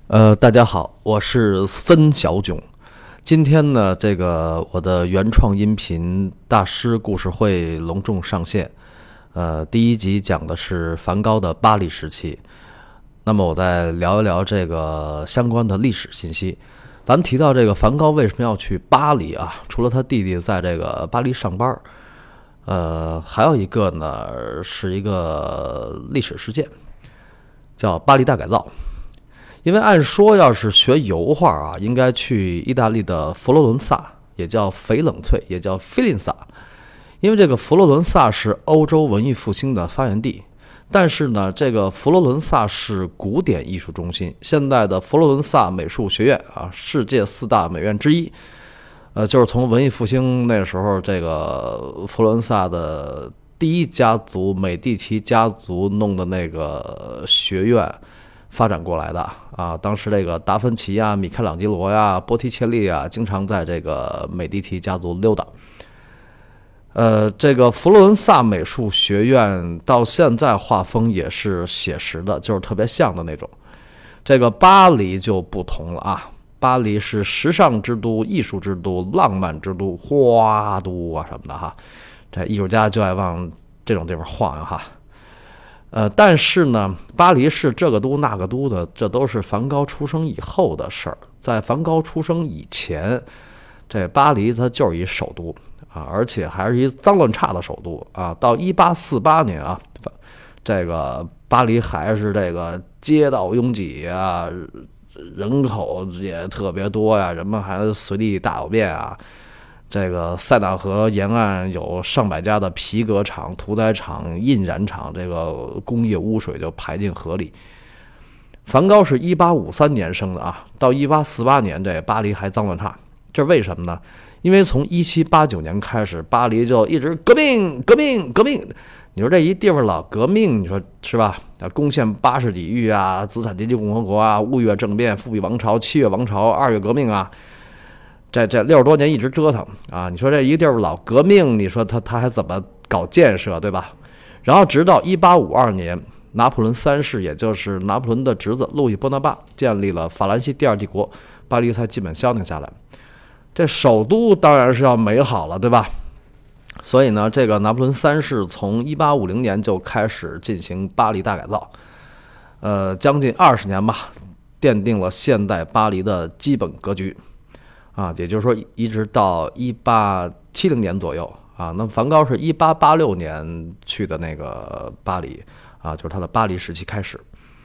大家好，我是森小囧。今天呢，我的原创音频大师故事会隆重上线。第一集讲的是梵高的巴黎时期。那么我再聊一聊这个相关的历史信息。咱们提到这个梵高为什么要去巴黎啊？除了他弟弟在这个巴黎上班，还有一个呢是一个历史事件，叫巴黎大改造。因为按说要是学油画啊，应该去意大利的佛罗伦萨，也叫翡冷翠，也叫菲林萨。因为这个佛罗伦萨是欧洲文艺复兴的发源地，但是呢，这个佛罗伦萨是古典艺术中心，现在的佛罗伦萨美术学院啊，世界4大美院之一。就是从文艺复兴那时候，这个佛罗伦萨的第一家族美第奇家族弄的那个学院发展过来的啊。当时这个达芬奇呀、米开朗基罗呀、波提切利啊，经常在这个美第奇家族溜达。这个佛罗伦萨美术学院到现在画风也是写实的，就是特别像的那种。这个巴黎就不同了啊，巴黎是时尚之都、艺术之都、浪漫之都、花都啊什么的哈。这艺术家就爱往这种地方晃悠哈。但是呢，巴黎是这个都那个都的，这都是梵高出生以后的事儿。在梵高出生以前，这巴黎它就是一首都啊，而且还是一脏乱差的首都啊。到1848年啊，这个巴黎还是这个街道拥挤啊，人口也特别多呀，人们还随地大小便啊。这个塞纳河沿岸有上百家的皮革厂、屠宰场、印染厂，这个工业污水就排进河里。梵高是1853年生的啊，到1848年这巴黎还脏乱差，这为什么呢？因为从1789年开始，巴黎就一直革命。你说这一地方老革命，你说是吧？攻陷巴士底狱啊，资产阶级共和国啊，雾月政变、复辟王朝、7月王朝、2月革命啊。这60多年一直折腾啊！你说这一个地儿老革命，你说他还怎么搞建设，对吧？然后直到1852年，拿破仑3世，也就是拿破仑的侄子路易波拿巴建立了法兰西第2帝国，巴黎才基本消停下来。这首都当然是要美好了，对吧？所以呢，这个拿破仑3世从1850年就开始进行巴黎大改造，将近20年吧，奠定了现代巴黎的基本格局。啊，也就是说，一直到1870年左右啊。那梵高是1886年去的那个巴黎啊，就是他的巴黎时期开始。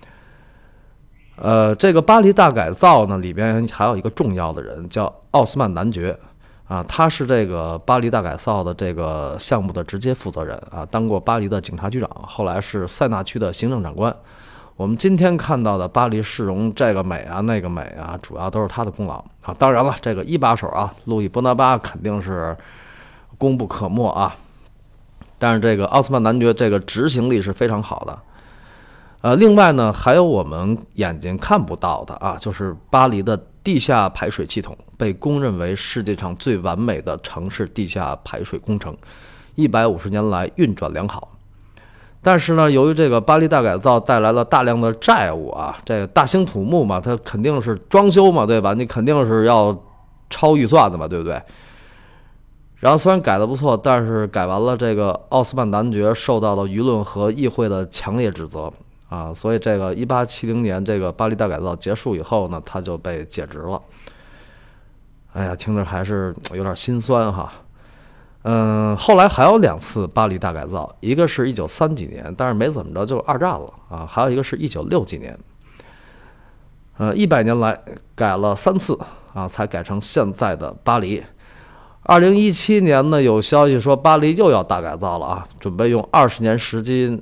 这个巴黎大改造呢，里边还有一个重要的人叫奥斯曼男爵啊，他是这个巴黎大改造的这个项目的直接负责人啊，当过巴黎的警察局长，后来是塞纳区的行政长官。我们今天看到的巴黎市容这个美啊那个美啊，主要都是他的功劳啊。当然了，这个一把手啊，路易波拿巴肯定是功不可没啊。但是这个奥斯曼男爵这个执行力是非常好的。另外呢，还有我们眼睛看不到的啊，就是巴黎的地下排水系统被公认为世界上最完美的城市地下排水工程，150年来运转良好。但是呢，由于这个巴黎大改造带来了大量的债务啊，这个大兴土木嘛，它肯定是装修嘛，对吧？你肯定是要超预算的嘛，对不对？然后虽然改得不错，但是改完了，这个奥斯曼男爵受到了舆论和议会的强烈指责啊，所以这个1870年这个巴黎大改造结束以后呢，他就被解职了。哎呀，听着还是有点心酸哈。后来还有2次巴黎大改造，一个是1930几年，但是没怎么着就2战了啊，还有一个是1960几年。100年来改了3次啊，才改成现在的巴黎。2017年呢，有消息说巴黎又要大改造了啊，准备用20年时间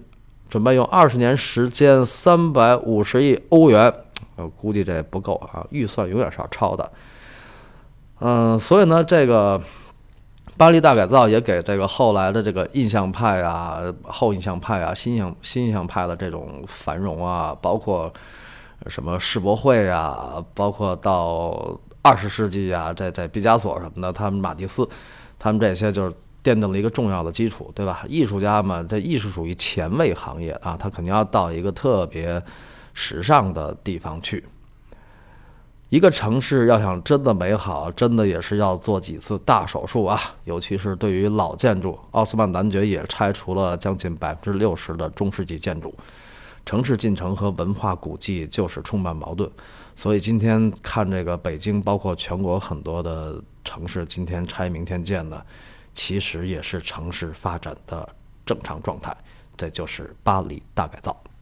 350亿欧元，估计这不够啊，预算永远是要超的。所以呢，这个巴黎大改造也给这个后来的这个印象派啊、后印象派啊、新印象派的这种繁荣啊，包括什么世博会啊，包括到20世纪啊，这毕加索什么的，他们马蒂斯，他们这些就是奠定了一个重要的基础，对吧？艺术家嘛，这艺术属于前卫行业啊，他肯定要到一个特别时尚的地方去。 一个城市要想真的美好，真的也是要做几次大手术啊！尤其是对于老建筑，奥斯曼男爵也拆除了将近60%的中世纪建筑。城市进程和文化古迹就是充满矛盾，所以今天看这个北京，包括全国很多的城市，今天拆明天建呢，其实也是城市发展的正常状态，这就是巴黎大改造。